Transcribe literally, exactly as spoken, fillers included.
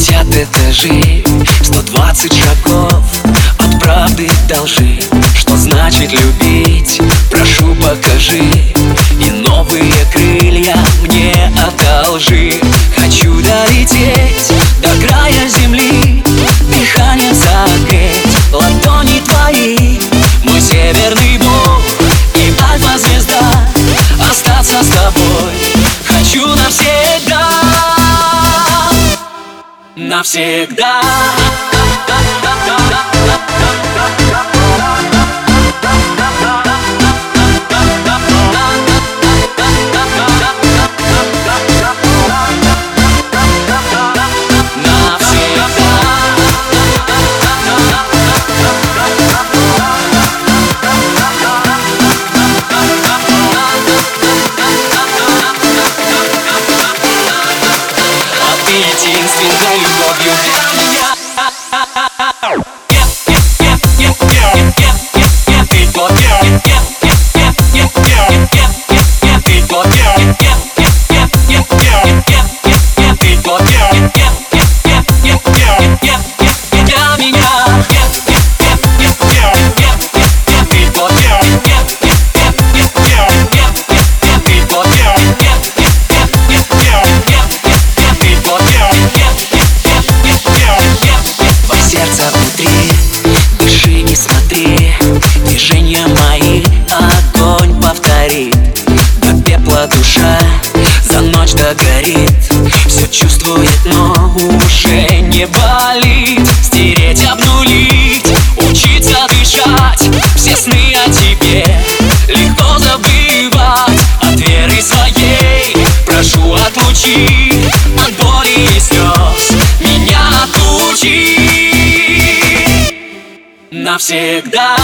Пятьдесят этажей, сто двадцать шагов от правды до лжи. Что значит любить? Прошу, покажи. И новые крылья мне одолжи. Хочу долететь до края земли, дыхание согреть ладони твои. Мой северный бог и альфа-звезда, остаться с тобой хочу навсегда. Навсегда. Единственной любовью для меня. Дыши и смотри, движения мои огонь повторит. До пепла душа за ночь догорит. Все чувствует, но уже не болит. Стереть, обнулить, учиться дышать. Все сны о тебе легко забывать. От веры своей прошу, отлучи от боли и слез меня отучи. Навсегда.